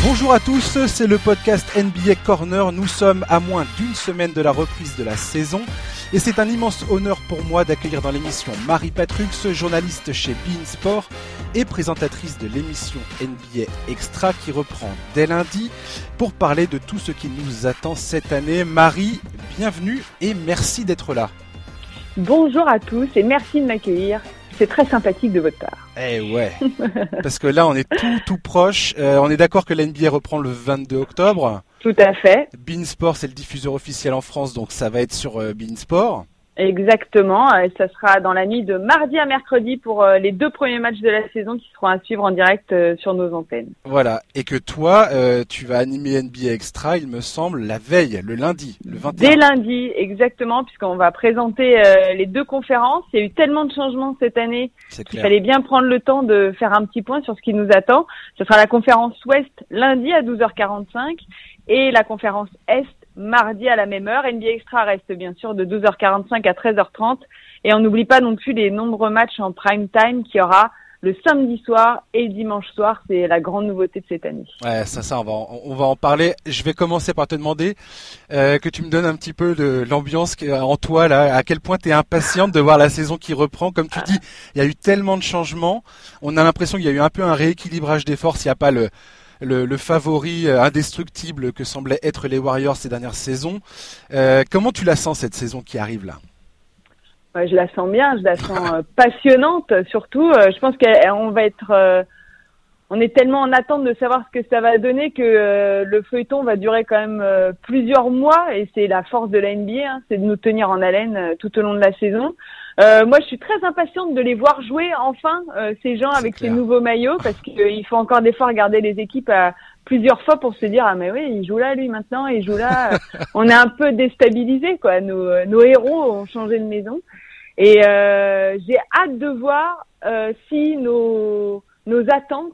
Bonjour à tous, c'est le podcast NBA Corner. Nous sommes à moins d'une semaine de la reprise de la saison et c'est un immense honneur pour moi d'accueillir dans l'émission Marie Patrux, journaliste chez beIN Sport et présentatrice de l'émission NBA Extra qui reprend dès lundi pour parler de tout ce qui nous attend cette année. Marie, bienvenue et merci d'être là. Bonjour à tous et merci de m'accueillir. C'est très sympathique de votre part. Eh ouais, parce que là on est tout proche. On est d'accord que la NBA reprend le 22 octobre. Tout à fait. beIN Sport, c'est le diffuseur officiel en France, donc ça va être sur beIN Sport. Exactement, ça sera dans la nuit de mardi à mercredi pour les 2 premiers matchs de la saison qui seront à suivre en direct sur nos antennes. Voilà, et que toi, tu vas animer NBA Extra, il me semble, la veille, le lundi, le 21. Dès lundi, exactement, puisqu'on va présenter les 2 conférences. Il y a eu tellement de changements cette année qu'il fallait bien prendre le temps de faire un petit point sur ce qui nous attend. Ce sera la conférence Ouest lundi à 12h45 et la conférence Est mardi à la même heure. NBA Extra reste bien sûr de 12h45 à 13h30 et on n'oublie pas non plus les nombreux matchs en prime time qu'il y aura le samedi soir et le dimanche soir. C'est la grande nouveauté de cette année. Ouais, ça on va en parler. Je vais commencer par te demander que tu me donnes un petit peu de l'ambiance en toi là, à quel point tu es impatiente de voir la saison qui reprend. Comme tu dis, il y a eu tellement de changements. On a l'impression qu'il y a eu un peu un rééquilibrage des forces. Il n'y a pas le favori indestructible que semblaient être les Warriors ces dernières saisons. Comment tu la sens cette saison qui arrive là ? Ouais, je la sens bien, je la sens passionnante surtout. Je pense qu'on va être, on est tellement en attente de savoir ce que ça va donner que le feuilleton va durer quand même plusieurs mois et c'est la force de la NBA, c'est de nous tenir en haleine tout au long de la saison. Moi, je suis très impatiente de les voir jouer enfin ces gens avec ces nouveaux maillots parce qu'il faut encore des fois regarder les équipes à plusieurs fois pour se dire ah mais oui il joue là lui maintenant il joue là. On est un peu déstabilisés quoi. Nos héros ont changé de maison et j'ai hâte de voir si nos attentes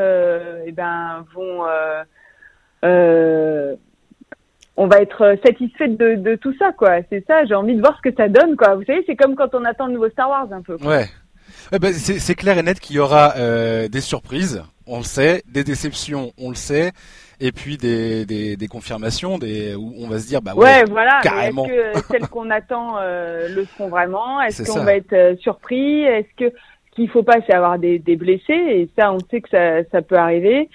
vont on va être satisfait de tout ça, quoi. C'est ça, j'ai envie de voir ce que ça donne, quoi. Vous savez, c'est comme quand on attend le nouveau Star Wars, un peu. Quoi. Ouais. C'est clair et net qu'il y aura des surprises, on le sait, des déceptions, on le sait, et puis des confirmations, où on va se dire, bah ouais voilà. Carrément. Est-ce que celles qu'on attend le seront vraiment ? Est-ce qu'on va être surpris ? Est-ce que ce qu'il faut pas, c'est avoir des blessés ? Et ça, on sait que ça peut arriver.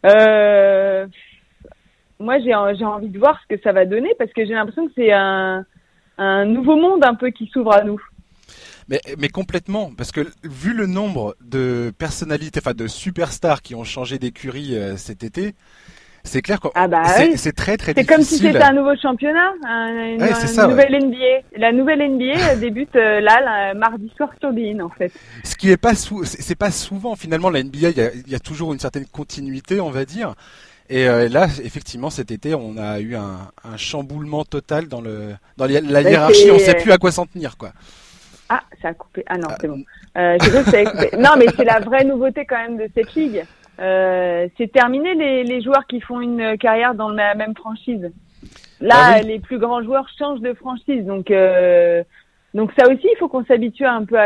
Moi, j'ai envie de voir ce que ça va donner parce que j'ai l'impression que c'est un nouveau monde un peu qui s'ouvre à nous. Mais complètement, parce que vu le nombre de personnalités, enfin de superstars qui ont changé d'écurie cet été, c'est clair que c'est très très difficile. C'est comme si c'était un nouveau championnat, une nouvelle NBA. La nouvelle NBA débute là mardi soir sur beIN en fait. Ce qui est pas c'est pas souvent finalement la NBA, il y a toujours une certaine continuité, on va dire. Et là, effectivement, cet été, on a eu un chamboulement total dans la hiérarchie. On ne sait plus à quoi s'en tenir, quoi. Ah, ça a coupé. Ah non, c'est bon. J'ai cru que ça avait coupé. Non, mais c'est la vraie nouveauté quand même de cette ligue. C'est terminé les joueurs qui font une carrière dans la même franchise. Là, les plus grands joueurs changent de franchise. Donc ça aussi, il faut qu'on s'habitue un peu à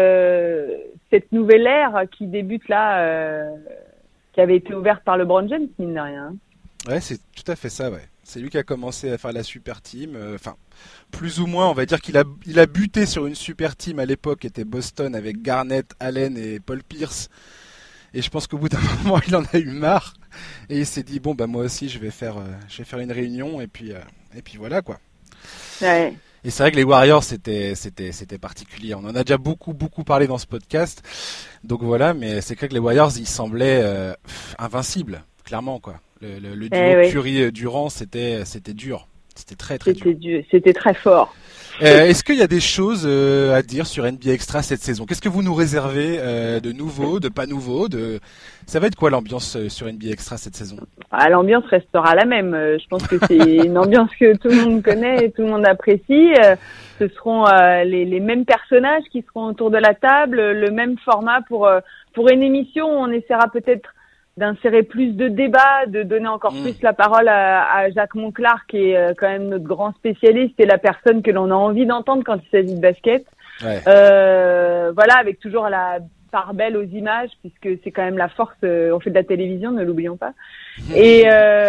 cette nouvelle ère qui débute là. Qui avait été ouverte par LeBron James, mine de rien. Ouais, c'est tout à fait ça, ouais. C'est lui qui a commencé à faire la super team. Enfin, plus ou moins, on va dire qu'il a buté sur une super team à l'époque, qui était Boston, avec Garnett, Allen et Paul Pierce. Et je pense qu'au bout d'un moment, il en a eu marre. Et il s'est dit, bon, bah moi aussi, je vais faire une réunion. Et puis voilà, quoi. Ouais. Et c'est vrai que les Warriors, c'était particulier. On en a déjà beaucoup parlé dans ce podcast. Donc voilà, mais c'est clair que les Warriors, ils semblaient invincibles, clairement, quoi. Le duo Curry-Durant, c'était dur. C'était très dur. C'était très fort. Est-ce qu'il y a des choses à dire sur NBA Extra cette saison ? Qu'est-ce que vous nous réservez de nouveau, de pas nouveau Ça va être quoi l'ambiance sur NBA Extra cette saison ? L'ambiance restera la même. Je pense que c'est une ambiance que tout le monde connaît et tout le monde apprécie. Ce seront les mêmes personnages qui seront autour de la table, le même format pour une émission. On essaiera peut-être d'insérer plus de débats, de donner encore plus la parole à Jacques Monclar, qui est quand même notre grand spécialiste et la personne que l'on a envie d'entendre quand il s'agit de basket. Ouais. Voilà, avec toujours la part belle aux images, puisque c'est quand même la force. On fait de la télévision, ne l'oublions pas. Et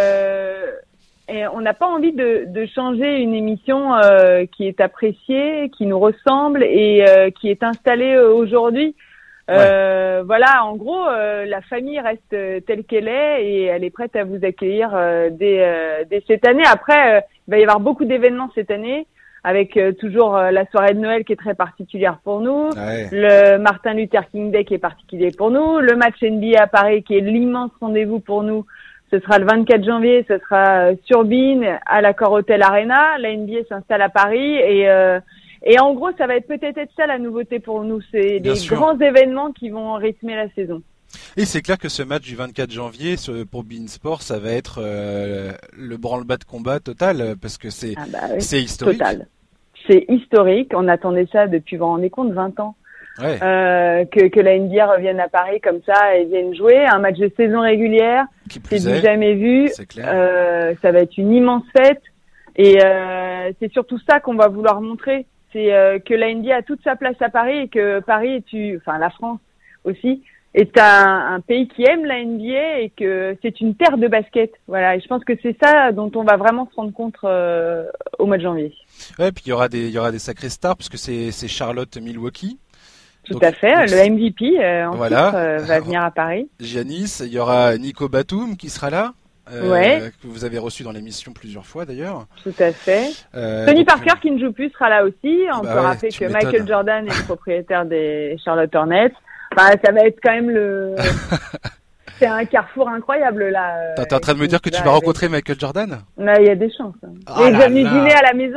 on n'a pas envie de changer une émission qui est appréciée, qui nous ressemble et qui est installée aujourd'hui. Voilà, en gros, la famille reste telle qu'elle est et elle est prête à vous accueillir dès cette année. Après, il va y avoir beaucoup d'événements cette année, avec toujours la soirée de Noël qui est très particulière pour nous, le Martin Luther King Day qui est particulier pour nous, le match NBA à Paris qui est l'immense rendez-vous pour nous. Ce sera le 24 janvier, ce sera sur Bein à l'Accor Hotel Arena. La NBA s'installe à Paris et en gros, ça va peut-être être ça la nouveauté pour nous. C'est des grands événements qui vont rythmer la saison. Et c'est clair que ce match du 24 janvier pour beIN Sport, ça va être le branle-bas de combat total parce que c'est historique. Total. C'est historique. On attendait ça depuis, vous vous rendez compte, 20 ans. Ouais. Que la NBA revienne à Paris comme ça et vienne jouer un match de saison régulière. C'est du jamais vu. C'est clair. Ça va être une immense fête et c'est surtout ça qu'on va vouloir montrer. C'est que la NBA a toute sa place à Paris et que Paris la France aussi est un pays qui aime la NBA et que c'est une terre de basket. Voilà. Et je pense que c'est ça dont on va vraiment se rendre compte au mois de janvier. Ouais, puis il y aura des sacrées stars parce que c'est Charlotte Milwaukee. Tout à fait, le MVP va venir à Paris. Giannis, il y aura Nico Batum qui sera là, que vous avez reçu dans l'émission plusieurs fois d'ailleurs. Tout à fait. Tony Parker qui ne joue plus sera là aussi. On peut rappeler que Michael Jordan est le propriétaire des Charlotte Hornets. Enfin, ça va être quand même c'est un carrefour incroyable là. T'es en train de me dire que tu vas rencontrer Michael Jordan ? Là, il y a des chances. Il est venu dîner à la maison.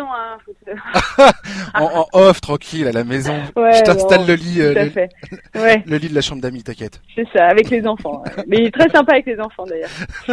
en off, tranquille, à la maison. Je t'installe le lit, le lit de la chambre d'amis, t'inquiète. C'est ça, avec les enfants. Mais il est très sympa avec les enfants d'ailleurs.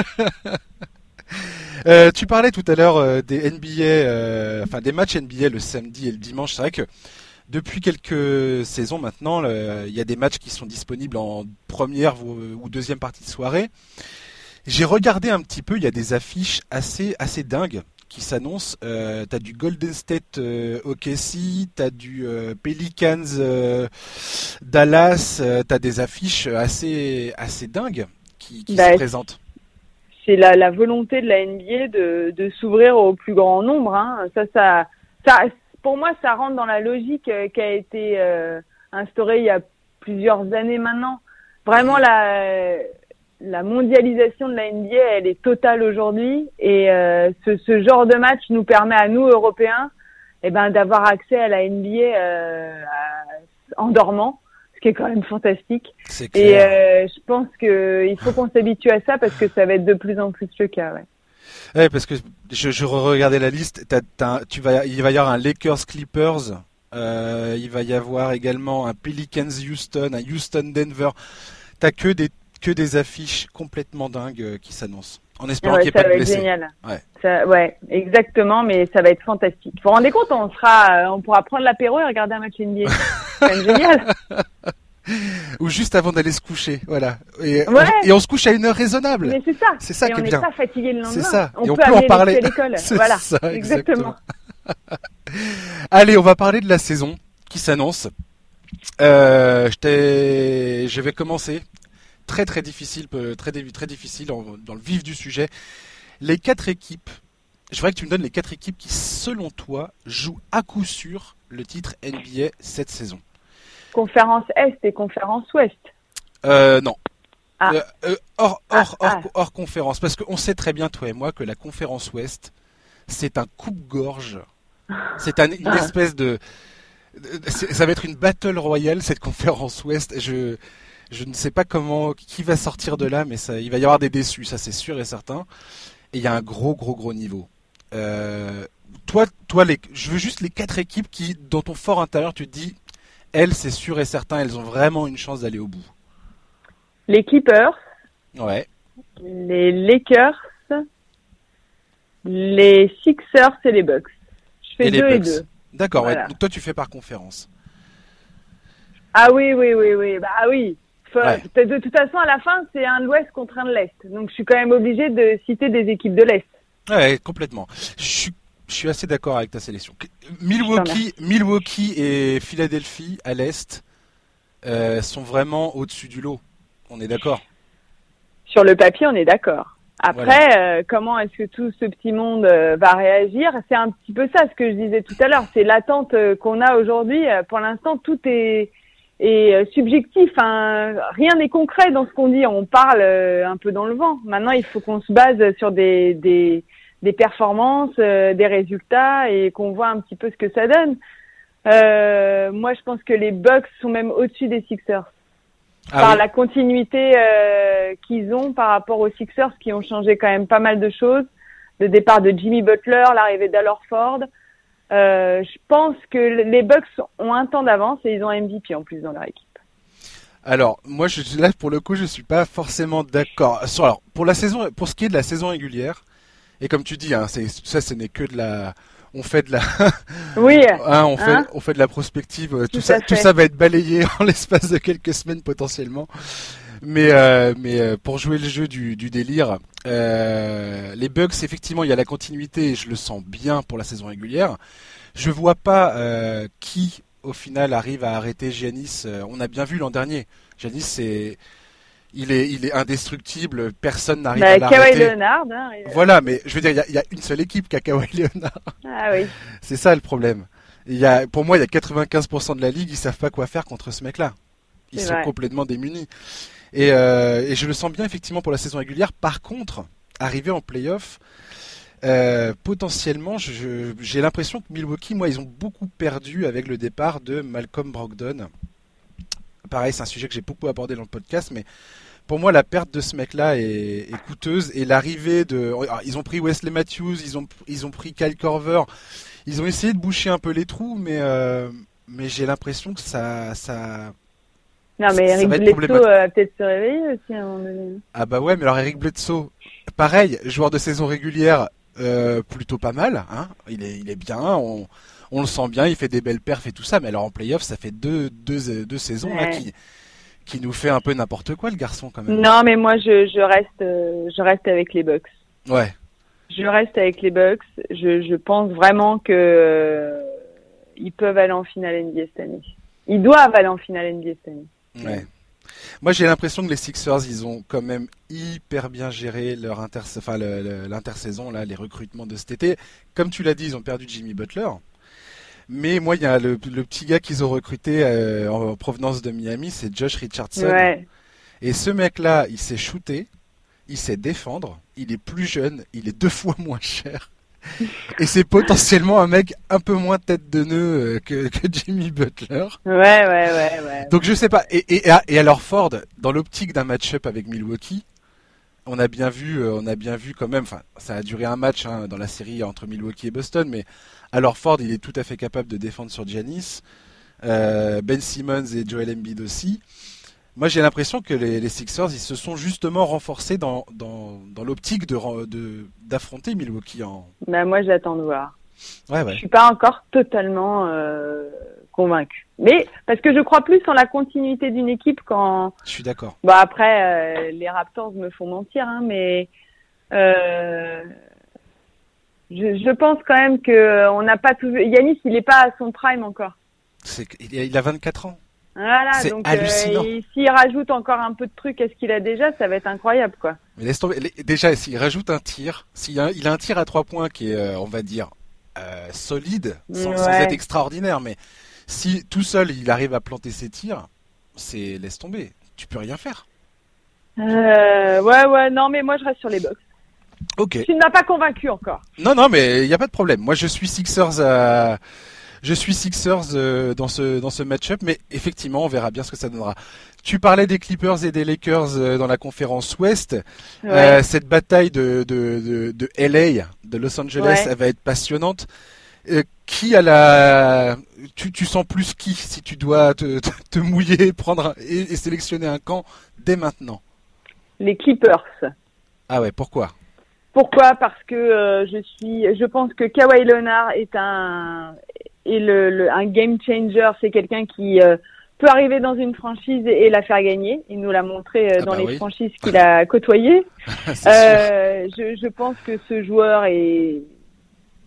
Tu parlais tout à l'heure des NBA, des matchs NBA le samedi et le dimanche. C'est vrai que depuis quelques saisons maintenant, il y a des matchs qui sont disponibles en première ou deuxième partie de soirée. J'ai regardé un petit peu, il y a des affiches assez dingues qui s'annoncent. T'as du Golden State OKC, t'as du Pelicans Dallas, t'as des affiches assez dingues qui se présentent. C'est la volonté de la NBA de s'ouvrir au plus grand nombre. Hein. Ça, pour moi, ça rentre dans la logique qui a été instaurée il y a plusieurs années maintenant. Vraiment, la mondialisation de la NBA, elle est totale aujourd'hui. Et ce genre de match nous permet à nous, Européens, d'avoir accès à la NBA en dormant, ce qui est quand même fantastique. C'est clair. Et je pense qu'il faut qu'on s'habitue à ça parce que ça va être de plus en plus le cas. Ouais. Ouais, parce que je regardais la liste. Il va y avoir un Lakers Clippers. Il va y avoir également un Pelicans Houston, un Houston Denver. T'as que des affiches complètement dingues qui s'annoncent. En espérant qu'il n'y ait pas de blessés. Ça va être génial. Ouais, exactement, mais ça va être fantastique. Vous vous rendez compte, on pourra prendre l'apéro et regarder un match NBA. C'est quand même génial. Ou juste avant d'aller se coucher, voilà. Et on se couche à une heure raisonnable. Mais c'est ça. C'est ça qui est bien. On n'est pas fatigué le lendemain. C'est ça. On peut en parler à l'école. Voilà. Ça, exactement. Allez, on va parler de la saison qui s'annonce. Je vais commencer. Très difficile, très difficile dans le vif du sujet. Les 4 équipes. Je voudrais que tu me donnes les 4 équipes qui, selon toi, jouent à coup sûr le titre NBA cette saison. Conférence Est et Conférence Ouest. Non. Ah. Hors conférence, parce qu'on sait très bien, toi et moi, que la conférence Ouest, c'est un coupe-gorge. C'est une espèce de... Ça va être une battle royale, cette conférence Ouest. Je ne sais pas qui va sortir de là, mais il va y avoir des déçus, ça c'est sûr et certain. Et il y a un gros niveau. Toi, je veux juste les 4 équipes qui, dans ton fort intérieur, tu te dis, elles, c'est sûr et certain, elles ont vraiment une chance d'aller au bout. Les Clippers. Ouais. Les Lakers. Les Sixers et les Bucks. Je fais 2 et 2. D'accord, voilà. Ouais. Donc toi, tu fais par conférence. Ah oui. Bah oui. De toute façon, à la fin, c'est un de l'Ouest contre un de l'Est. Donc, je suis quand même obligé de citer des équipes de l'Est. Ouais, complètement. Je suis assez d'accord avec ta sélection. Milwaukee et Philadelphie à l'Est. sont vraiment au-dessus du lot. On est d'accord? Sur le papier, on est d'accord. Après, Voilà. comment est-ce que tout ce petit monde va réagir? C'est un petit peu ça ce que je disais tout à l'heure. C'est l'attente qu'on a aujourd'hui. Pour l'instant, tout est subjectif. Hein. Rien n'est concret dans ce qu'on dit. On parle un peu dans le vent. Maintenant, il faut qu'on se base sur des performances, des résultats et qu'on voit un petit peu ce que ça donne. Moi, je pense que les Bucks sont même au-dessus des Sixers. Par la continuité qu'ils ont par rapport aux Sixers qui ont changé quand même pas mal de choses. Le départ de Jimmy Butler, l'arrivée d'Al Horford. Je pense que les Bucks ont un temps d'avance et ils ont un MVP en plus dans leur équipe. Alors, moi, là, pour le coup, je suis pas forcément d'accord. Alors, pour ce qui est de la saison régulière, et comme tu dis, hein, ça, ce n'est que de la... On fait de la, oui, hein, on fait de la prospective. Tout ça va être balayé en l'espace de quelques semaines potentiellement. Mais pour jouer le jeu du délire, les Bucks, effectivement, il y a la continuité et je le sens bien pour la saison régulière. Je vois pas qui, au final, arrive à arrêter Giannis. On a bien vu l'an dernier. Giannis, il est indestructible, personne n'arrive à l'arrêter. Kawhi Leonard. Hein, voilà, mais je veux dire, il y a une seule équipe qui a Kawhi Leonard. Ah oui. C'est ça le problème. Pour moi, il y a 95% de la ligue, ils savent pas quoi faire contre ce mec-là. Ils sont complètement démunis. Et je le sens bien effectivement pour la saison régulière. Par contre, arrivé en play-off, potentiellement, j'ai l'impression que Milwaukee, moi, ils ont beaucoup perdu avec le départ de Malcolm Brogdon. Pareil, c'est un sujet que j'ai beaucoup abordé dans le podcast, mais pour moi, la perte de ce mec-là est coûteuse et l'arrivée de, alors, ils ont pris Wesley Matthews, ils ont pris Kyle Korver, ils ont essayé de boucher un peu les trous, mais j'ai l'impression que ça. Non, mais Eric Bledsoe va peut-être se réveiller aussi à un moment donné. Ah bah ouais, mais alors Eric Bledsoe, pareil, joueur de saison régulière, plutôt pas mal, hein. Il est bien, on le sent bien, il fait des belles perfs et tout ça, mais alors en play-off, ça fait deux saisons là qui nous fait un peu n'importe quoi, le garçon, quand même. Non, mais moi je reste avec les Bucks. Ouais. Je reste avec les Bucks. Je pense vraiment que ils peuvent aller en finale NBA cette année. Ils doivent aller en finale NBA cette année. Ouais. Moi, j'ai l'impression que les Sixers, ils ont quand même hyper bien géré leur l'intersaison, là, les recrutements de cet été. Comme tu l'as dit, ils ont perdu Jimmy Butler. Mais moi, il y a le petit gars qu'ils ont recruté en provenance de Miami, c'est Josh Richardson. Ouais. Et ce mec-là, il sait shooter, il sait défendre, il est plus jeune, il est 2 fois moins cher. Et c'est potentiellement un mec un peu moins tête de nœud que Jimmy Butler. Ouais. Donc je sais pas. Et alors Ford, dans l'optique d'un match-up avec Milwaukee, on a bien vu quand même. Enfin, ça a duré un match hein, dans la série entre Milwaukee et Boston, mais alors Ford, il est tout à fait capable de défendre sur Giannis. Ben Simmons et Joel Embiid aussi. Moi, j'ai l'impression que les Sixers, ils se sont justement renforcés dans l'optique d'affronter Milwaukee en. Bah moi, j'attends de voir. Ouais. Je suis pas encore totalement convaincu. Mais parce que je crois plus en la continuité d'une équipe quand. Je suis d'accord. Bah après, les Raptors me font mentir, hein, mais je pense quand même que on n'a pas tout. Yanis, il est pas à son prime encore. Il a 24 ans. Voilà, c'est donc hallucinant. S'il rajoute encore un peu de trucs à ce qu'il a déjà, ça va être incroyable, quoi. Mais laisse tomber. Déjà, s'il rajoute un tir, il a un tir à 3 points qui est, on va dire, solide, sans être extraordinaire, mais si tout seul il arrive à planter ses tirs, laisse tomber. Tu peux rien faire. Ouais, non, mais moi je reste sur les Bucks. Ok. Tu ne m'as pas convaincu encore. Non, mais il n'y a pas de problème. Moi, je suis Sixers dans ce match-up, mais effectivement, on verra bien ce que ça donnera. Tu parlais des Clippers et des Lakers dans la conférence Ouest. Ouais. Cette bataille de LA, de Los Angeles, elle va être passionnante. Qui a tu sens plus qui si tu dois te mouiller, prendre et sélectionner un camp dès maintenant? Les Clippers. Ah ouais, pourquoi? Pourquoi? Parce que je pense que Kawhi Leonard est un game changer. C'est quelqu'un qui peut arriver dans une franchise et la faire gagner. Il nous l'a montré dans les franchises qu'il a côtoyées. Je pense que ce joueur est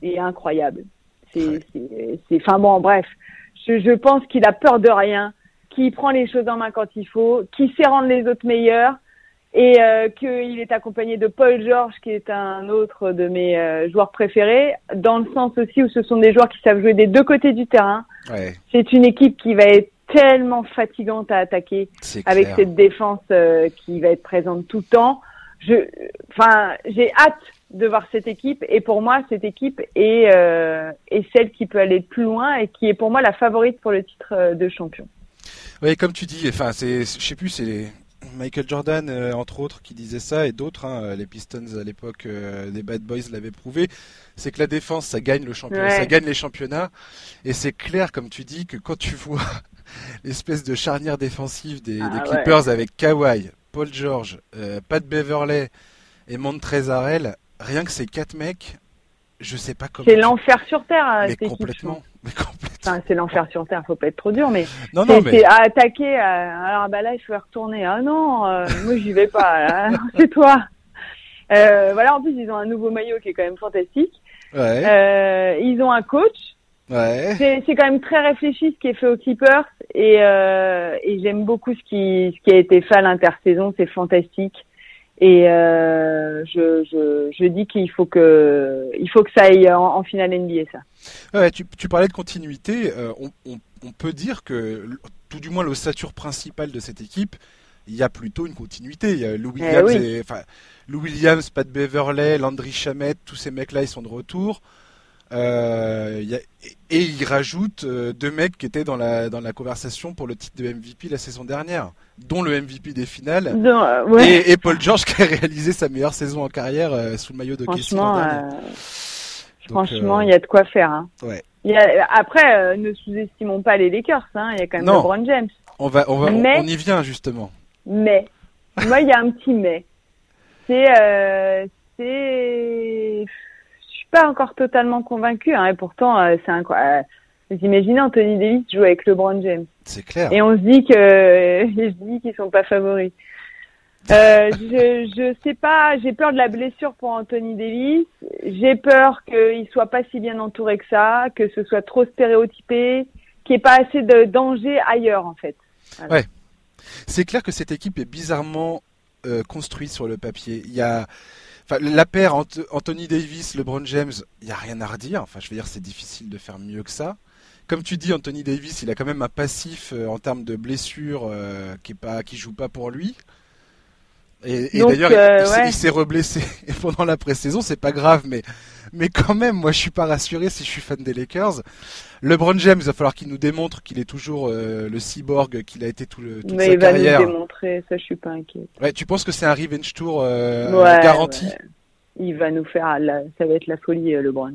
incroyable. Enfin bon, bref. Je pense qu'il a peur de rien, qui prend les choses en main quand il faut, qui sait rendre les autres meilleurs, et qu'il est accompagné de Paul George, qui est un autre de mes joueurs préférés, dans le sens aussi où ce sont des joueurs qui savent jouer des deux côtés du terrain. Ouais. C'est une équipe qui va être tellement fatigante à attaquer, avec cette défense qui va être présente tout le temps. J'ai hâte de voir cette équipe, et pour moi cette équipe est celle qui peut aller plus loin et qui est pour moi la favorite pour le titre de champion. Oui, comme tu dis, enfin je sais plus, c'est Michael Jordan entre autres qui disait ça, et d'autres, les Pistons à l'époque, les Bad Boys l'avaient prouvé, c'est que la défense ça gagne le championnat, ça gagne les championnats, et c'est clair comme tu dis que quand tu vois l'espèce de charnière défensive des Clippers avec Kawhi, Paul George, Pat Beverley et Montrezl Harrell, rien que ces 4 mecs, je sais pas comment. C'est l'enfer sur terre. Mais complètement. Enfin, c'est l'enfer sur terre. Faut pas être trop dur, mais c'est à attaquer. Alors là, il faut retourner. Ah non, moi j'y vais pas. Là. C'est toi. Voilà. En plus, ils ont un nouveau maillot qui est quand même fantastique. Ouais. Ils ont un coach. Ouais. C'est quand même très réfléchi ce qui est fait aux Clippers, et j'aime beaucoup ce qui a été fait à l'intersaison. C'est fantastique. Et je dis qu'il faut que ça aille en finale NBA, ça. Ouais, tu parlais de continuité. On peut dire que tout du moins l'ossature principale de cette équipe, il y a plutôt une continuité. Il y a Lou Williams, Lou Williams, Pat Beverley, Landry Shamet, tous ces mecs-là, ils sont de retour. Et il rajoute 2 mecs qui étaient dans la conversation pour le titre de MVP la saison dernière, dont le MVP des finales, et Paul George qui a réalisé sa meilleure saison en carrière sous le maillot de KC l'an dernier. Franchement, il y a de quoi faire. Hein. Ouais. Après, ne sous-estimons pas les Lakers. Hein. Il y a quand même LeBron James. On y vient justement. Mais moi, il y a un petit mais. Je suis pas encore totalement convaincu, hein, et pourtant c'est incroyable. Vous imaginez Anthony Davis jouer avec LeBron James. C'est clair. Et on se dit qu'ils sont pas favoris. Je sais pas, j'ai peur de la blessure pour Anthony Davis. J'ai peur qu'il soit pas si bien entouré que ça, que ce soit trop stéréotypé, qu'il n'y ait pas assez de danger ailleurs en fait. Voilà. Ouais. C'est clair que cette équipe est bizarrement construite sur le papier. Il y a la paire Anthony Davis, LeBron James, il n'y a rien à redire. Enfin, je veux dire, c'est difficile de faire mieux que ça. Comme tu dis, Anthony Davis, il a quand même un passif en termes de blessure qui joue pas pour lui. Et donc, d'ailleurs, il s'est reblessé pendant la pré-saison. C'est pas grave, mais quand même, moi, je suis pas rassuré si je suis fan des Lakers. LeBron James, il va falloir qu'il nous démontre qu'il est toujours le cyborg qu'il a été toute sa carrière. Mais il va nous démontrer, ça, je suis pas inquiet. Ouais, tu penses que c'est un revenge tour garanti? Ouais. Il va nous faire, ça va être la folie, LeBron.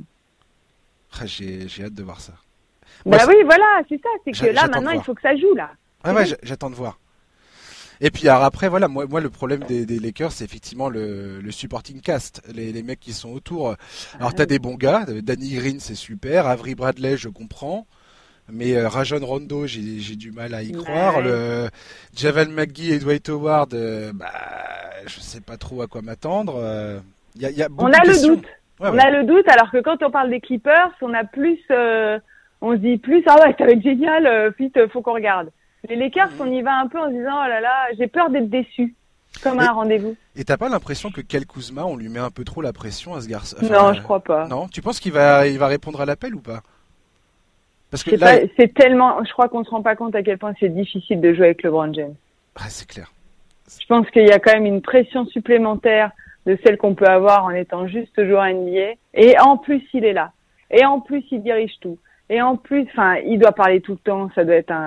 J'ai hâte de voir ça. Oui, voilà, c'est ça. C'est que là, maintenant, il faut que ça joue, là. Ouais, j'attends de voir. Et puis alors après, voilà, moi le problème des Lakers, c'est effectivement le supporting cast, les mecs qui sont autour. Alors t'as des bons gars, Danny Green c'est super, Avery Bradley je comprends, mais Rajon Rondo j'ai du mal à y croire. Le Javel McGee et Dwight Howard, je sais pas trop à quoi m'attendre. Y a beaucoup on a de le questions. doute. On a le doute, alors que quand on parle des Clippers, on a plus, on se dit plus, ça va être génial, vite, faut qu'on regarde. Les Lakers, on y va un peu en se disant, oh là là, j'ai peur d'être déçu, comme un rendez-vous. Et t'as pas l'impression que Kyle Kuzma, on lui met un peu trop la pression à ce garçon? Non, je crois pas. Non, tu penses qu'il va répondre à l'appel ou pas? Parce que c'est tellement, je crois qu'on se rend pas compte à quel point c'est difficile de jouer avec LeBron James. Ah, c'est clair. Je pense qu'il y a quand même une pression supplémentaire de celle qu'on peut avoir en étant juste joueur NBA. Et en plus, il est là. Et en plus, il dirige tout. Et en plus, il doit parler tout le temps. Ça doit être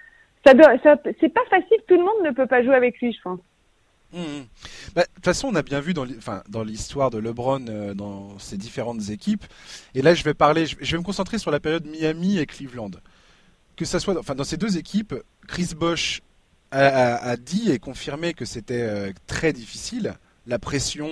c'est pas facile. Tout le monde ne peut pas jouer avec lui, je pense. De toute façon, on a bien vu dans l'histoire de LeBron dans ses différentes équipes. Et là, je vais me concentrer sur la période Miami et Cleveland. Que ça soit, dans ces deux équipes, Chris Bosh a dit et confirmé que c'était très difficile. La pression,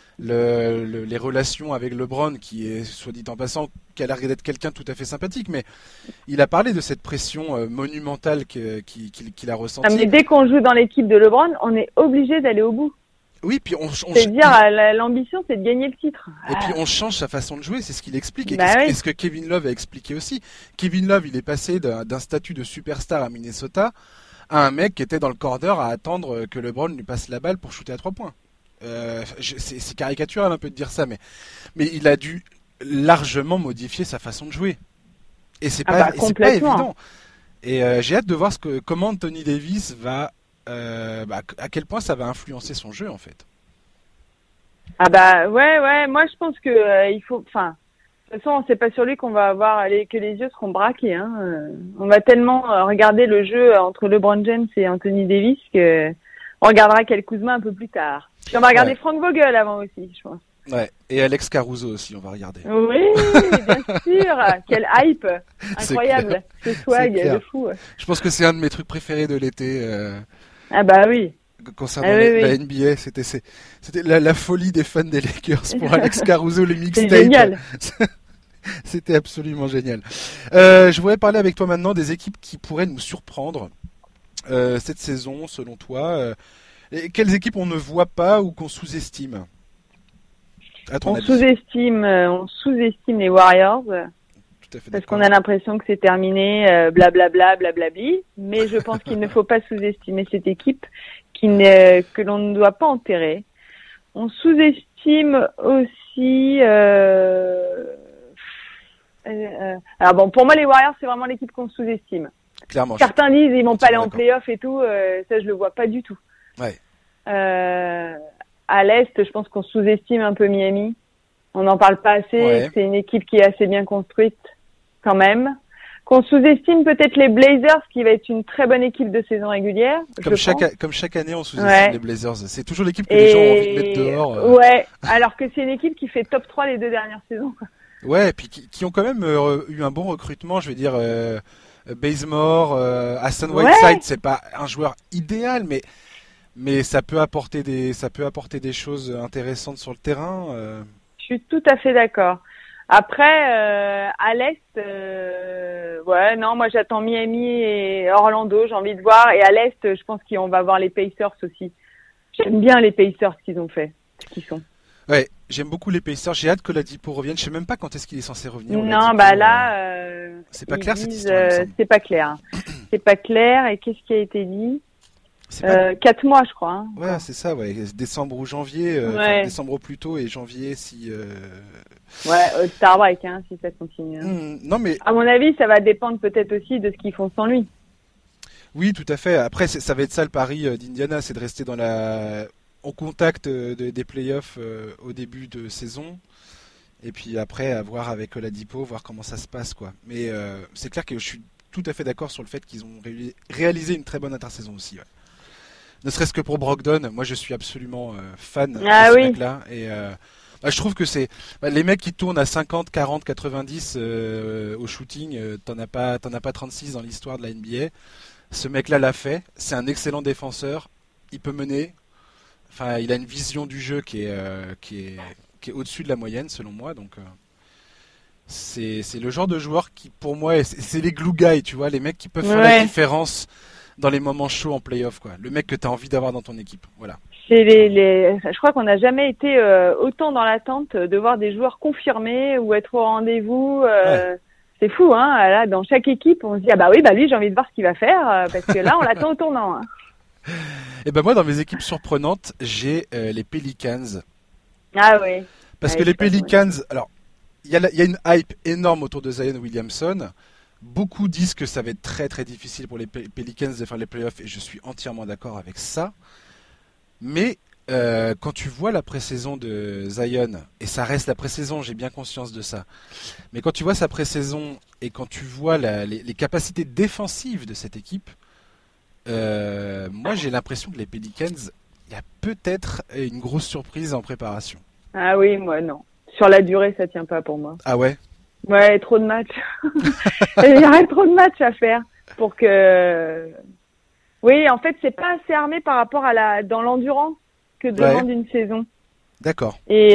les relations avec LeBron, qui est, soit dit en passant, qui a l'air d'être quelqu'un de tout à fait sympathique, mais il a parlé de cette pression monumentale qu'il a ressentie. Mais dès qu'on joue dans l'équipe de LeBron, on est obligé d'aller au bout. Oui, puis l'ambition, c'est de gagner le titre. Et puis on change sa façon de jouer, c'est ce qu'il explique. Et ce que Kevin Love a expliqué aussi. Kevin Love, il est passé d'un statut de superstar à Minnesota à un mec qui était dans le corner à attendre que LeBron lui passe la balle pour shooter à 3 points. C'est caricatural un peu de dire ça, mais il a dû largement modifier sa façon de jouer. Et c'est pas évident. Et j'ai hâte de voir comment Anthony Davis va, à quel point ça va influencer son jeu en fait. Ah bah ouais, moi je pense que il faut, enfin, de toute façon c'est pas sur lui qu'on va avoir que les yeux seront braqués. Hein. On va tellement regarder le jeu entre LeBron James et Anthony Davis que on regardera Kyle Kuzma un peu plus tard. Puis on va regarder Frank Vogel avant aussi, je pense. Ouais, et Alex Caruso aussi, on va regarder. Oui, bien sûr. Quel hype incroyable, ce swag de fou. Je pense que c'est un de mes trucs préférés de l'été. Ah bah oui. Concernant la NBA, c'était la folie des fans des Lakers pour Alex Caruso, les mixtapes. C'est génial. C'était absolument génial. Je voudrais parler avec toi maintenant des équipes qui pourraient nous surprendre cette saison, selon toi. Quelles équipes on ne voit pas ou qu'on sous-estime? On sous-estime les Warriors. Parce qu'on a l'impression que c'est terminé, blablabla, blablabli. Mais je pense qu'il ne faut pas sous-estimer cette équipe que l'on ne doit pas enterrer. On sous-estime aussi. Alors bon, pour moi, les Warriors, c'est vraiment l'équipe qu'on sous-estime. Clairement. Certains disent ils vont pas aller en play-off et tout. Ça, je le vois pas du tout. Ouais. À l'Est, je pense qu'on sous-estime un peu Miami. On n'en parle pas assez. Ouais. C'est une équipe qui est assez bien construite, quand même. Qu'on sous-estime peut-être les Blazers, qui va être une très bonne équipe de saison régulière. Comme chaque année, on sous-estime les Blazers. C'est toujours l'équipe que les gens ont envie de mettre dehors. Ouais, alors que c'est une équipe qui fait top 3 les 2 dernières saisons. Ouais, et puis qui ont quand même eu un bon recrutement. Je veux dire, Bazemore, Hassan Whiteside, c'est pas un joueur idéal, mais ça peut apporter des choses intéressantes sur le terrain. Je suis tout à fait d'accord. Après, à l'Est, moi j'attends Miami et Orlando, j'ai envie de voir. Et à l'Est, je pense qu'on va voir les Pacers aussi. J'aime bien les Pacers qu'ils ont fait, ce qu'ils sont. Ouais, j'aime beaucoup les Pacers. J'ai hâte que Ladipo revienne. Je sais même pas quand est-ce qu'il est censé revenir. Non, c'est pas clair cette histoire. C'est pas clair. C'est pas clair. Et qu'est-ce qui a été dit? 4 mois, je crois. Hein, ouais, c'est ça, ouais. Décembre ou janvier. Décembre au plus tôt et janvier si. Ouais, Star Break, hein, si ça continue. Non, mais. À mon avis, ça va dépendre peut-être aussi de ce qu'ils font sans lui. Oui, tout à fait. Après, ça va être ça le pari d'Indiana, c'est de rester en contact des playoffs au début de saison. Et puis après, à voir avec Oladipo, voir comment ça se passe, quoi. Mais c'est clair que je suis tout à fait d'accord sur le fait qu'ils ont réalisé une très bonne intersaison aussi. Ouais. Ne serait-ce que pour Brogdon, moi je suis absolument fan de ce mec-là. Et je trouve que c'est les mecs qui tournent à 50, 40, 90 au shooting, t'en as pas 36 dans l'histoire de la NBA. Ce mec-là l'a fait. C'est un excellent défenseur. Il peut mener. Enfin, il a une vision du jeu qui est au-dessus de la moyenne selon moi. Donc c'est le genre de joueur qui, pour moi, c'est les glue guys, tu vois, les mecs qui peuvent faire la différence dans les moments chauds en play-off, quoi. Le mec que t'as envie d'avoir dans ton équipe, voilà. Je crois qu'on n'a jamais été autant dans l'attente de voir des joueurs confirmés ou être au rendez-vous. C'est fou, hein. Là, dans chaque équipe, on se dit lui, j'ai envie de voir ce qu'il va faire parce que là, on l'attend au tournant. Hein. Et moi, dans mes équipes surprenantes, j'ai les Pelicans. Ah oui. Parce que les Pelicans, alors, il y a une hype énorme autour de Zion Williamson. Beaucoup disent que ça va être très très difficile pour les Pelicans de faire les playoffs et je suis entièrement d'accord avec ça. Mais quand tu vois la pré-saison de Zion, et ça reste la pré-saison, j'ai bien conscience de ça, mais quand tu vois sa pré-saison et quand tu vois les capacités défensives de cette équipe, moi j'ai l'impression que les Pelicans, il y a peut-être une grosse surprise en préparation. Ah oui, moi non. Sur la durée, ça tient pas pour moi. Ah ouais? Ouais, trop de matchs. Il y aurait trop de matchs à faire pour que. Oui, en fait, c'est pas assez armé par rapport à dans l'endurance que demande une saison. D'accord. Et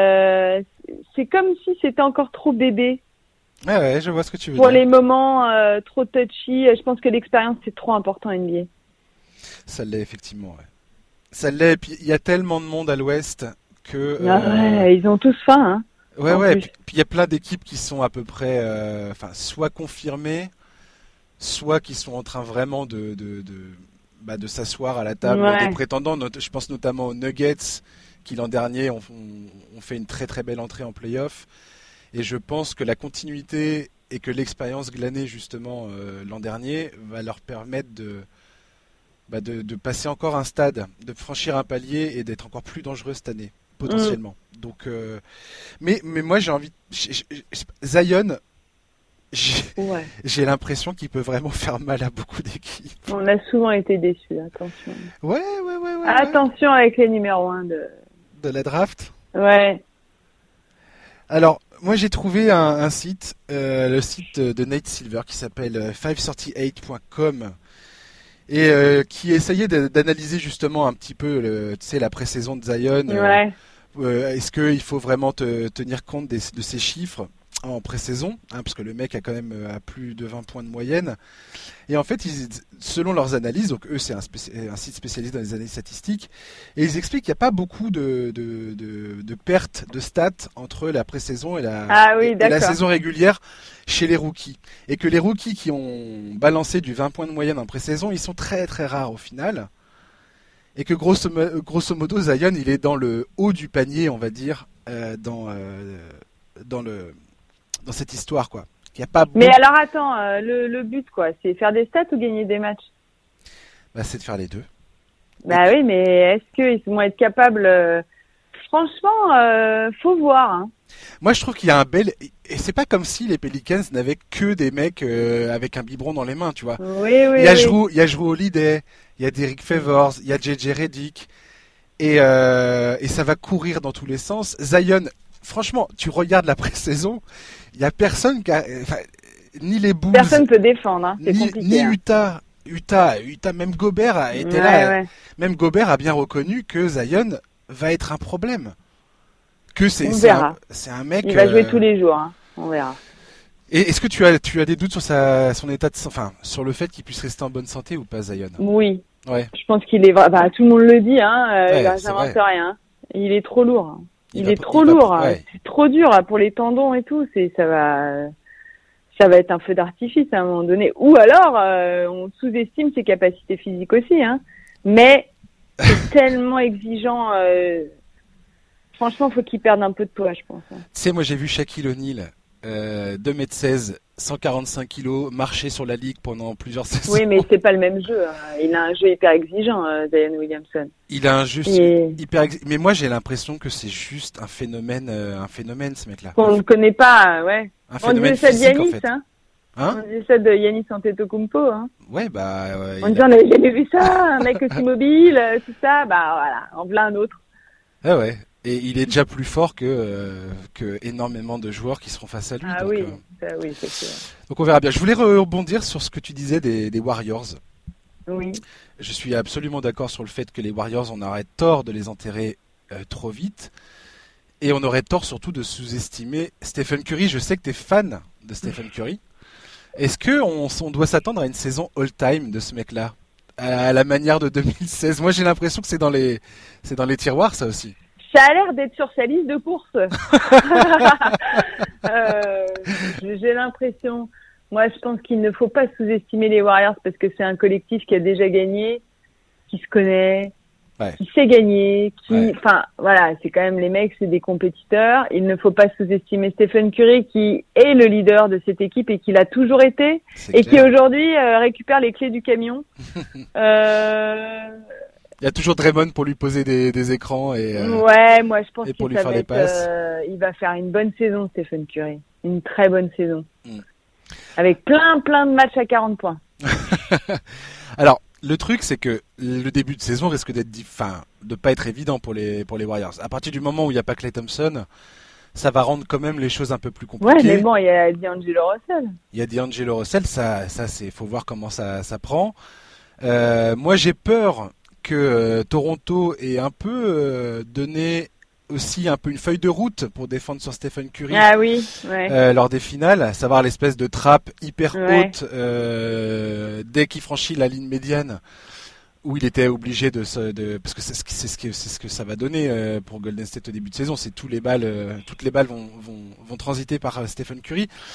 c'est comme si c'était encore trop bébé. Ouais, je vois ce que tu veux pour dire. Les moments trop touchy, je pense que l'expérience c'est trop important à NBA. Ça l'est effectivement, ouais. Ça l'est. Et puis il y a tellement de monde à l'Ouest que. Ils ont tous faim, hein. Ouais. Puis il y a plein d'équipes qui sont à peu près, soit confirmées, soit qui sont en train vraiment de s'asseoir à la table des prétendants. Je pense notamment aux Nuggets qui l'an dernier ont fait une très très belle entrée en play-off. Et je pense que la continuité et que l'expérience glanée justement l'an dernier va leur permettre de passer encore un stade, de franchir un palier et d'être encore plus dangereux cette année, potentiellement. Donc, mais moi j'ai envie... Zion, j'ai l'impression qu'il peut vraiment faire mal à beaucoup d'équipes. On a souvent été déçus, attention. Ouais. Attention avec les numéros 1 de la draft. Ouais. Alors, moi j'ai trouvé un site, le site de Nate Silver qui s'appelle 538.com et qui essayait d'analyser justement un petit peu la pré-saison de Zion. Ouais. Est-ce qu'il faut vraiment tenir compte de ces chiffres en pré-saison, parce que le mec a quand même à plus de 20 points de moyenne. Et en fait, selon leurs analyses, donc eux c'est un site spécialisé dans les analyses statistiques, et ils expliquent qu'il n'y a pas beaucoup de pertes de stats entre la pré-saison et la saison régulière chez les rookies. Et que les rookies qui ont balancé du 20 points de moyenne en pré-saison, ils sont très très rares au final. Et que grosso modo, Zion, il est dans le haut du panier, on va dire, dans cette histoire, quoi. Il y a pas Mais alors attends, le but, quoi, c'est faire des stats ou gagner des matchs? C'est de faire les deux. Bah oui, mais est-ce qu'ils vont être capables Franchement, faut voir. Hein. Moi, je trouve qu'il y a un bel... Et c'est pas comme si les Pelicans n'avaient que des mecs avec un biberon dans les mains, tu vois. Oui. Il y a Jrue Holiday, il y a Derrick Favors, il y a JJ Redick, et ça va courir dans tous les sens. Zion, franchement, tu regardes la pré-saison, il y a personne qui a... ni les Bulls... Personne peut défendre, hein. C'est compliqué. Ni Utah, même Gobert a été là. Ouais. Même Gobert a bien reconnu que Zion va être un problème. Que c'est un mec. Il va jouer tous les jours, hein. On verra. Et est-ce que tu as des doutes sur son état sur le fait qu'il puisse rester en bonne santé ou pas, Zion? Oui. Ouais. Je pense qu'il est tout le monde le dit, hein. J'invente rien. Il est trop lourd. Il est trop lourd. Ouais. C'est trop dur pour les tendons et tout. Ça va être un feu d'artifice à un moment donné. Ou alors, on sous-estime ses capacités physiques aussi, hein. Mais c'est tellement exigeant. Franchement, faut qu'il perde un peu de poids, je pense. Tu sais, moi, j'ai vu Shaquille O'Neal, 2m16, 145 kg, marcher sur la ligue pendant plusieurs saisons. Oui, mais c'est pas le même jeu. Hein. Il a un jeu hyper exigeant, Zion Williamson. Il a un jeu hyper exigeant. Mais moi, j'ai l'impression que c'est juste un phénomène, ce mec-là. Qu'on ne connaît pas, ouais. Un phénomène physique, ça de Yanis, en fait. Hein. On disait ça de Yanis Antetokounmpo, hein. Ouais, on disait, on n'avait jamais vu ça, un mec aussi mobile, tout ça, voilà, en voilà un autre. Ah ouais. Et il est déjà plus fort que énormément de joueurs qui seront face à lui. Ah donc, oui, c'est sûr. Donc on verra bien. Je voulais rebondir sur ce que tu disais des Warriors. Oui. Je suis absolument d'accord sur le fait que les Warriors, on aurait tort de les enterrer trop vite. Et on aurait tort surtout de sous-estimer Stephen Curry. Je sais que tu es fan de Stephen Curry. Est-ce qu'on doit s'attendre à une saison all-time de ce mec-là, à la manière de 2016? Moi j'ai l'impression que c'est dans les tiroirs, ça aussi. Ça a l'air d'être sur sa liste de courses. J'ai l'impression. Moi, je pense qu'il ne faut pas sous-estimer les Warriors parce que c'est un collectif qui a déjà gagné, qui se connaît, qui sait gagner, voilà, c'est quand même les mecs, c'est des compétiteurs. Il ne faut pas sous-estimer Stephen Curry qui est le leader de cette équipe et qui l'a toujours été et qui aujourd'hui récupère les clés du camion. Il y a toujours Draymond pour lui poser des écrans ouais, moi je pense qu'il il va faire une bonne saison, Stephen Curry, une très bonne saison, avec plein de matchs à 40 points. Alors le truc c'est que le début de saison risque de pas être évident pour les Warriors. À partir du moment où il n'y a pas Klay Thompson, ça va rendre quand même les choses un peu plus compliquées. Ouais, mais bon, il y a D'Angelo Russell. Ça c'est faut voir comment ça prend. Moi j'ai peur que Toronto ait un peu donné aussi un peu une feuille de route pour défendre sur Stephen Curry lors des finales, à savoir l'espèce de trappe hyper haute dès qu'il franchit la ligne médiane, où il était obligé parce que c'est ce que ça va donner pour Golden State au début de saison, c'est toutes les balles vont transiter par Stephen Curry.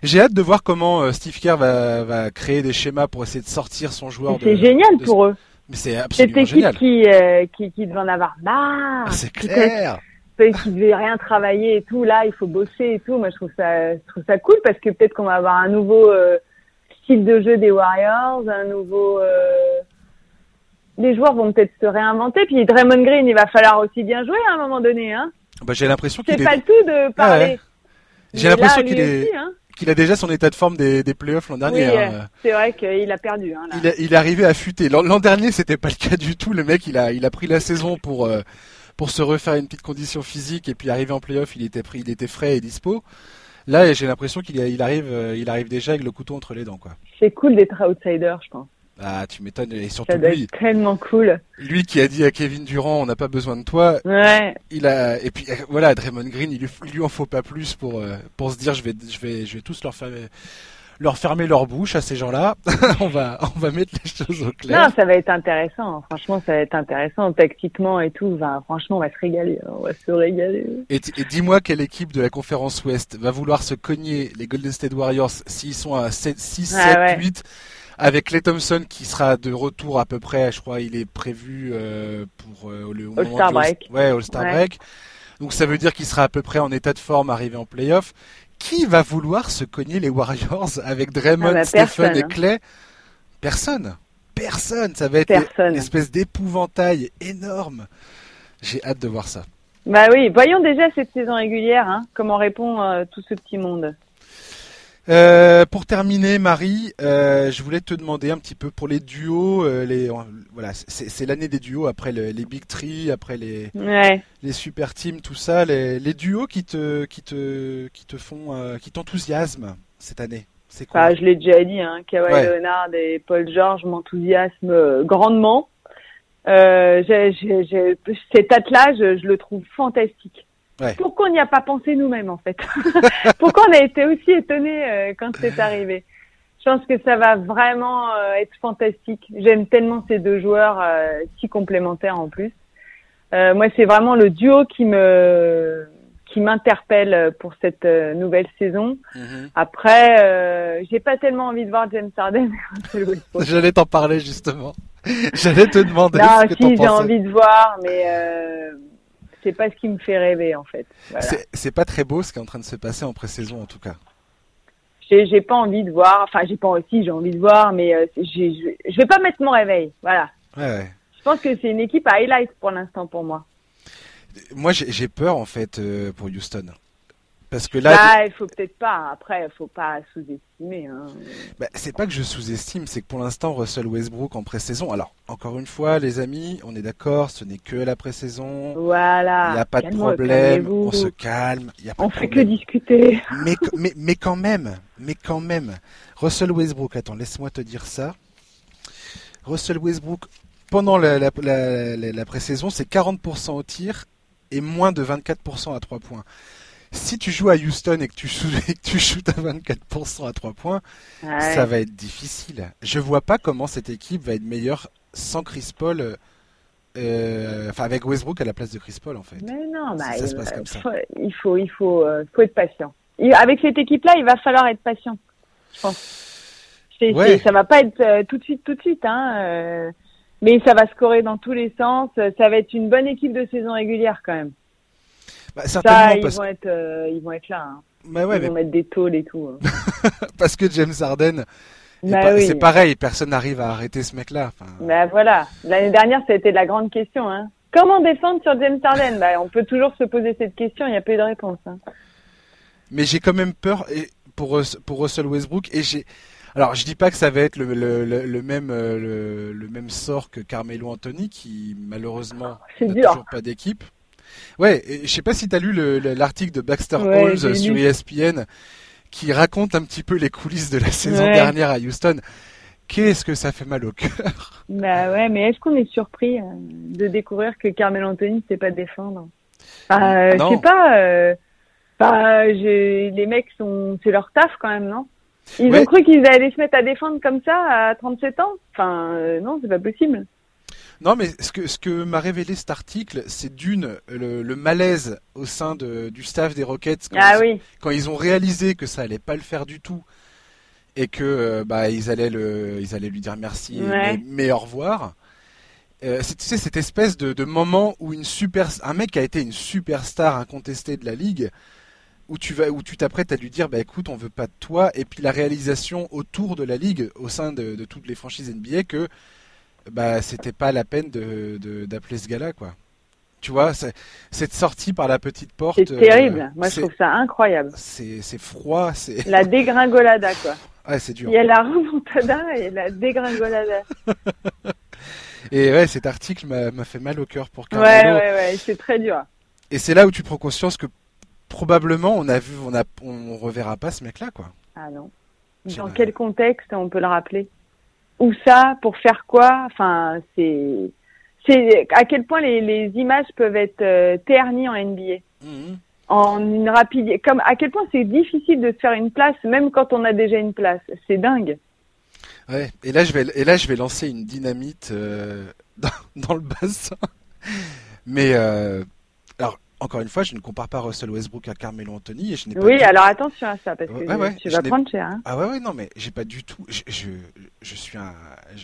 J'ai hâte de voir comment Steve Kerr va créer des schémas pour essayer de sortir son joueur. C'est génial pour eux. Mais c'est absolument cette équipe génial. qui devait en avoir marre. C'est clair. Qui devait rien travailler et tout. Là, il faut bosser et tout. Moi, je trouve ça cool parce que peut-être qu'on va avoir un nouveau style de jeu des Warriors, un nouveau. Les joueurs vont peut-être se réinventer. Puis Draymond Green, il va falloir aussi bien jouer à un moment donné, hein. Bah, j'ai l'impression qu'il c'est pas le tout de parler. Ouais. J'ai l'impression qu'il est. Aussi, hein. Qu'il a déjà son état de forme des playoffs l'an dernier. Oui, hein. C'est vrai qu'il a perdu. Hein, là. Il est arrivé à futer. L'an dernier, c'était pas le cas du tout. Le mec, il a pris la saison pour se refaire une petite condition physique et puis arrivé en playoff, il était frais et dispo. Là, j'ai l'impression il arrive déjà avec le couteau entre les dents, quoi. C'est cool d'être outsider, je pense. Ah, tu m'étonnes. Et surtout ça doit lui. Être tellement cool. Lui qui a dit à Kevin Durant, on n'a pas besoin de toi. Ouais. Et puis voilà, Draymond Green, il lui en faut pas plus pour se dire, je vais tous leur fermer leur bouche à ces gens-là. on va mettre les choses au clair. Non, ça va être intéressant. Franchement, ça va être intéressant tactiquement et tout. Franchement, on va se régaler. On va se régaler. Et dis-moi quelle équipe de la conférence Ouest va vouloir se cogner les Golden State Warriors s'ils sont à 6, 7, 8 avec Klay Thompson qui sera de retour à peu près, je crois, il est prévu pour le All-Star Break. All-Star Break. Donc ça veut dire qu'il sera à peu près en état de forme arrivé en playoff. Qui va vouloir se cogner les Warriors avec Draymond, Stephen et Klay? Personne. Ça va être une espèce d'épouvantail énorme. J'ai hâte de voir ça. Bah oui, voyons déjà cette saison régulière, hein, comment répond tout ce petit monde. Pour terminer, Marie, je voulais te demander un petit peu pour les duos. Voilà, c'est l'année des duos après les Big Three, après les super teams, tout ça. Les duos qui t'enthousiasment cette année. C'est quoi? Je l'ai déjà dit, hein, Kawhi Leonard et Paul George m'enthousiasment grandement. Cet attelage, je le trouve fantastique. Ouais. Pourquoi on n'y a pas pensé nous-mêmes, en fait? Pourquoi on a été aussi étonnés quand c'est arrivé? Je pense que ça va vraiment être fantastique. J'aime tellement ces deux joueurs si complémentaires en plus. Moi, c'est vraiment le duo qui m'interpelle pour cette nouvelle saison. Mm-hmm. Après, j'ai pas tellement envie de voir James Harden. J'allais t'en parler justement. J'allais te demander ce que t'en pensais. J'ai envie de voir, mais c'est pas ce qui me fait rêver en fait. Voilà. C'est pas très beau ce qui est en train de se passer en pré-saison en tout cas. J'ai pas envie de voir. Enfin, j'ai envie de voir, mais je vais pas mettre mon réveil. Voilà. Ouais. Je pense que c'est une équipe à highlight pour l'instant pour moi. Moi, j'ai peur en fait pour Houston. Parce que là, il faut peut-être pas. Après, il faut pas sous-estimer. Hein. C'est pas que je sous-estime, c'est que pour l'instant, Russell Westbrook en pré-saison. Alors, encore une fois, les amis, on est d'accord, ce n'est que la pré-saison. Voilà. Il n'y a pas de problème. On se calme. On fait que discuter. Mais quand même, Russell Westbrook. Attends, laisse-moi te dire ça. Russell Westbrook pendant la pré-saison, c'est 40% au tir et moins de 24% à 3 points. Si tu joues à Houston et que tu shootes à 24% à 3 points, ça va être difficile. Je vois pas comment cette équipe va être meilleure sans Chris Paul, avec Westbrook à la place de Chris Paul en fait. Mais non, ça se passe comme ça. Il faut être patient. Avec cette équipe-là, il va falloir être patient, je pense. Ça va pas être tout de suite, hein. Mais ça va scorer dans tous les sens. Ça va être une bonne équipe de saison régulière quand même. Certainement, ils vont être là. Hein. Ils vont mettre des tôles et tout. Hein. Parce que James Harden, c'est pareil, personne n'arrive à arrêter ce mec-là. Voilà. L'année dernière, ça a été la grande question. Hein. Comment défendre sur James Harden? On peut toujours se poser cette question, il n'y a pas eu de réponse. Hein. Mais j'ai quand même peur pour Russell Westbrook. Alors, je dis pas que ça va être le même sort que Carmelo Anthony, qui malheureusement n'a toujours pas d'équipe. Ouais, je sais pas si tu as lu l'article de Baxter Holmes sur ESPN qui raconte un petit peu les coulisses de la saison dernière à Houston. Qu'est-ce que ça fait mal au cœur. Mais est-ce qu'on est surpris de découvrir que Carmelo Anthony ne sait pas défendre? Je sais pas. Les mecs c'est leur taf quand même, non? Ils ont cru qu'ils allaient se mettre à défendre comme ça à 37 ans. Non, c'est pas possible. Non, mais ce que m'a révélé cet article, c'est le malaise au sein du staff des Rockets Oui. quand ils ont réalisé que ça allait pas le faire du tout et que ils allaient lui dire merci mais au revoir. Tu sais, cette espèce de moment où un mec qui a été une superstar incontestée de la ligue, où tu t'apprêtes à lui dire bah écoute, on veut pas de toi, et puis la réalisation autour de la ligue, au sein de toutes les franchises NBA, que c'était pas la peine d'appeler ce gars-là, quoi. Tu vois, cette sortie par la petite porte. C'est terrible. Moi, je trouve ça incroyable. C'est froid, c'est. La dégringolada, quoi. Ouais, c'est dur. Il y a la remontada et la dégringolada. Et ouais, cet article m'a fait mal au cœur pour Carmelo. Ouais, c'est très dur. Et c'est là où tu prends conscience que probablement on reverra pas ce mec-là, quoi. Ah non. Dans quel contexte on peut le rappeler? Où ça? Pour faire quoi? Enfin, c'est à quel point les images peuvent être ternies en NBA. Mmh. En une rapide, comme à quel point c'est difficile de se faire une place, même quand on a déjà une place. C'est dingue. Ouais. Et là, je vais lancer une dynamite dans le bassin. Mais alors, encore une fois, je ne compare pas Russell Westbrook à Carmelo Anthony et je n'ai pas. Alors attention à ça parce que tu vas prendre cher. Hein. Ah ouais, non, mais j'ai pas du tout. Je suis un.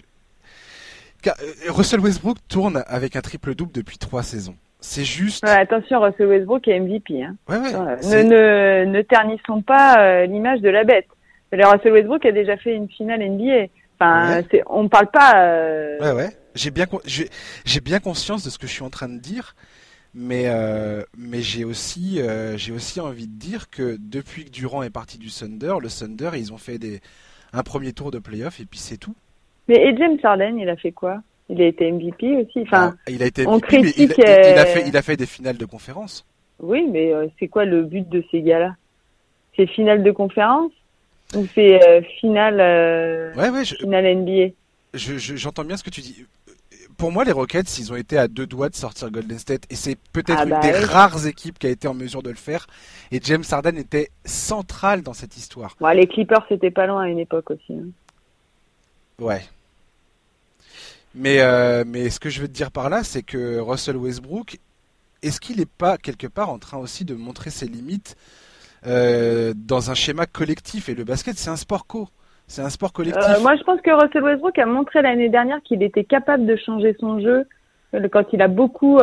Russell Westbrook tourne avec un triple-double depuis 3 saisons. C'est juste. Ouais, attention, Russell Westbrook est MVP. Hein. Ouais. Ne ternissons pas l'image de la bête. Russell Westbrook a déjà fait une finale NBA. Enfin, on parle pas. Ouais. J'ai bien conscience de ce que je suis en train de dire, mais j'ai aussi envie de dire que depuis que Durant est parti du Thunder, le Thunder, ils ont fait un premier tour de playoff et puis c'est tout. Mais James Harden, il a fait quoi? Il a été MVP aussi. Enfin, il a été MVP, on critique. Mais il a fait des finales de conférence. Oui, mais c'est quoi le but de ces gars-là? C'est finale de conférence ou c'est finale NBA? J'entends bien ce que tu dis. Pour moi, les Rockets, ils ont été à 2 doigts de sortir Golden State et c'est peut-être une des rares équipes qui a été en mesure de le faire. Et James Harden était central dans cette histoire. Bon, les Clippers, c'était pas loin à une époque aussi. Hein. Ouais. Mais ce que je veux te dire par là, c'est que Russell Westbrook, est-ce qu'il n'est pas quelque part en train aussi de montrer ses limites dans un schéma collectif? Et le basket, c'est un sport c'est un sport collectif. Moi, je pense que Russell Westbrook a montré l'année dernière qu'il était capable de changer son jeu quand il a beaucoup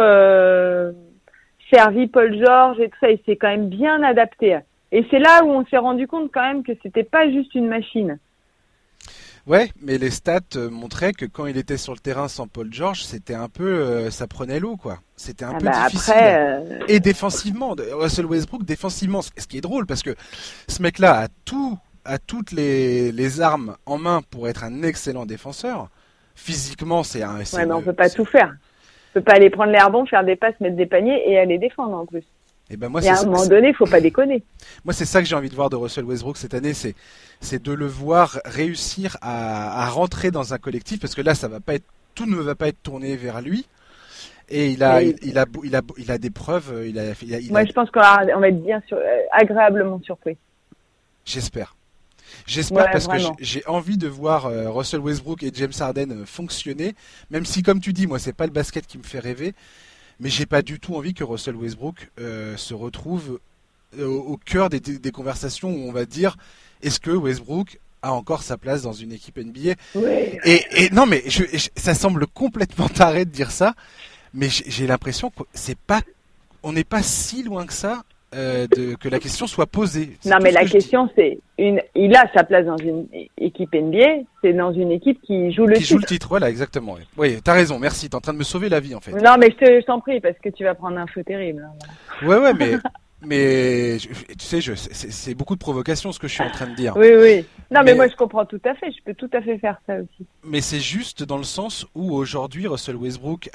servi Paul George et tout ça. Il s'est quand même bien adapté. Et c'est là où on s'est rendu compte quand même que c'était pas juste une machine. Ouais, mais les stats montraient que quand il était sur le terrain sans Paul George, c'était un peu, ça prenait l'eau, quoi. C'était un peu difficile. Après, Et défensivement, Russell Westbrook défensivement, ce qui est drôle parce que ce mec-là a toutes les armes en main pour être un excellent défenseur. Physiquement, mais on peut pas tout faire. On peut pas aller prendre les rebonds, faire des passes, mettre des paniers et aller défendre en plus. Et ben moi, à un moment donné, faut pas déconner. Moi, c'est ça que j'ai envie de voir de Russell Westbrook cette année, c'est de le voir réussir à rentrer dans un collectif, parce que là, tout ne va pas être tourné vers lui. Et il a des preuves. Moi, je pense qu'on va être bien agréablement surpris. J'espère Ouais, parce vraiment. que j'ai envie de voir Russell Westbrook et James Harden fonctionner, même si, comme tu dis, moi, c'est pas le basket qui me fait rêver. Mais j'ai pas du tout envie que Russell Westbrook se retrouve au cœur des conversations où on va dire est-ce que Westbrook a encore sa place dans une équipe NBA? Ouais. Et non, mais ça semble complètement taré de dire ça, mais j'ai l'impression que on n'est pas si loin que ça que la question soit posée. Non, mais la question c'est il a sa place dans une équipe NBA, c'est dans une équipe qui joue le titre. Qui joue le titre, voilà, exactement. Oui, t'as raison, merci. T'es en train de me sauver la vie, en fait. Non, mais je t'en prie, parce que tu vas prendre un feu terrible. Ouais, mais tu sais, c'est beaucoup de provocation ce que je suis en train de dire. Oui. Non, mais moi je comprends tout à fait. Je peux tout à fait faire ça aussi. Mais c'est juste dans le sens où aujourd'hui Russell Westbrook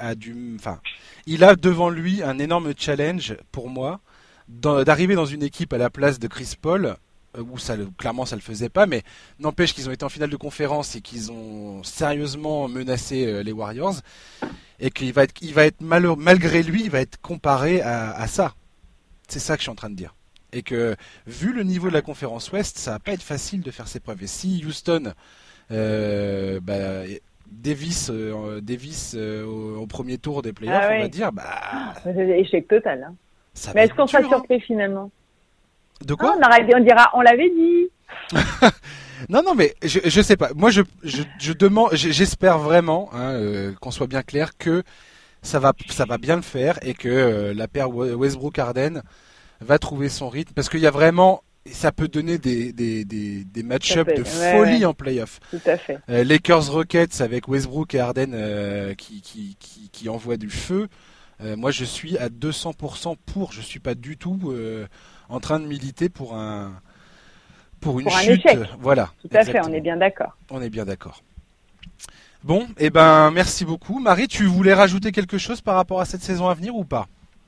il a devant lui un énorme challenge pour moi d'arriver dans une équipe à la place de Chris Paul. Où clairement ça le faisait pas, mais n'empêche qu'ils ont été en finale de conférence et qu'ils ont sérieusement menacé les Warriors, et qu'il va être malgré lui, il va être comparé à ça. C'est ça que je suis en train de dire. Et que vu le niveau de la conférence Ouest, ça va pas être facile de faire ses preuves. Et si Houston Davis au premier tour des playoffs, on va dire, c'est échec total. Hein. Mais est-ce qu'on sera surpris finalement? De quoi? On dira, on l'avait dit. Non, mais je sais pas. Moi, je demande, j'espère vraiment qu'on soit bien clair que ça va bien le faire et que la paire Westbrook-Harden va trouver son rythme, parce qu'il y a vraiment, ça peut donner des match-ups de folie en play-off. Tout à fait. Lakers Rockets avec Westbrook et Harden qui envoient du feu. Moi, je suis à 200% pour. Je suis pas du tout en train de militer pour une chute. Échec. Voilà. Tout à fait. On est bien d'accord. On est bien d'accord. Bon, merci beaucoup. Marie, tu voulais rajouter quelque chose par rapport à cette saison à venir ou pas?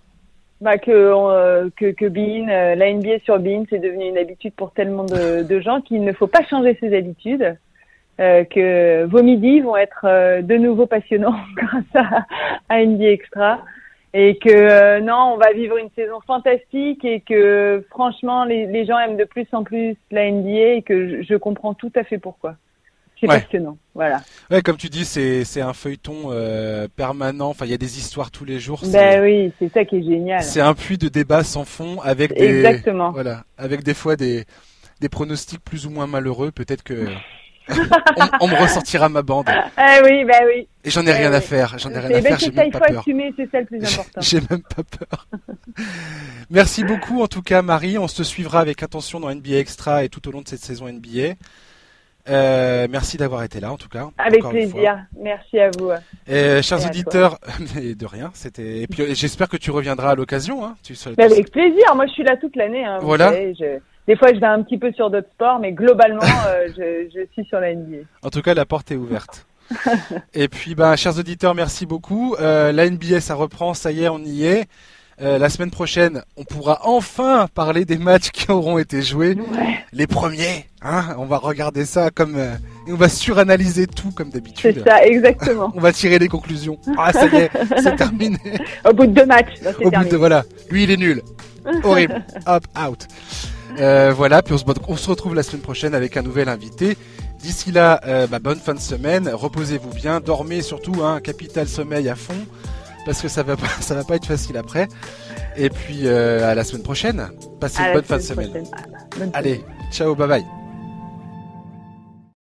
Que Bein, la NBA sur Bein, c'est devenu une habitude pour tellement de gens qu'il ne faut pas changer ses habitudes. Que vos midis vont être de nouveau passionnants grâce à NBA Extra. Et que on va vivre une saison fantastique et que franchement les gens aiment de plus en plus la NBA et que je comprends tout à fait pourquoi. C'est passionnant, voilà. Ouais, comme tu dis, c'est un feuilleton permanent. Enfin, il y a des histoires tous les jours. Oui, c'est ça qui est génial. C'est un puits de débat sans fond avec avec des fois des pronostics plus ou moins malheureux. Peut-être que on me ressortira ma bande. Oui. Et j'en ai rien à faire. J'ai même pas peur. Assumer, c'est ça le plus important. J'ai même pas peur. Merci beaucoup en tout cas, Marie. On se suivra avec attention dans NBA Extra et tout au long de cette saison NBA. Merci d'avoir été là en tout cas. Avec plaisir. Merci à vous. Chers auditeurs, mais de rien. Et puis j'espère que tu reviendras à l'occasion. Hein. Avec plaisir. Moi, je suis là toute l'année. Hein, voilà. Des fois, je vais un petit peu sur d'autres sports, mais globalement, je suis sur la NBA. En tout cas, la porte est ouverte. Et puis, chers auditeurs, merci beaucoup. La NBA, ça reprend. Ça y est, on y est. La semaine prochaine, on pourra enfin parler des matchs qui auront été joués. Ouais. Les premiers. On va regarder ça et on va suranalyser tout comme d'habitude. C'est ça, exactement. On va tirer les conclusions. Ça y est, c'est terminé. Au bout de 2 matchs. Voilà. Lui, il est nul. Horrible. Hop, out. Voilà, puis on se retrouve la semaine prochaine avec un nouvel invité. D'ici là, bonne fin de semaine, reposez-vous bien, dormez surtout, capital sommeil à fond, parce que ça va pas être facile après. Et puis à la semaine prochaine, passez une bonne fin de semaine. Allez, ciao, bye bye.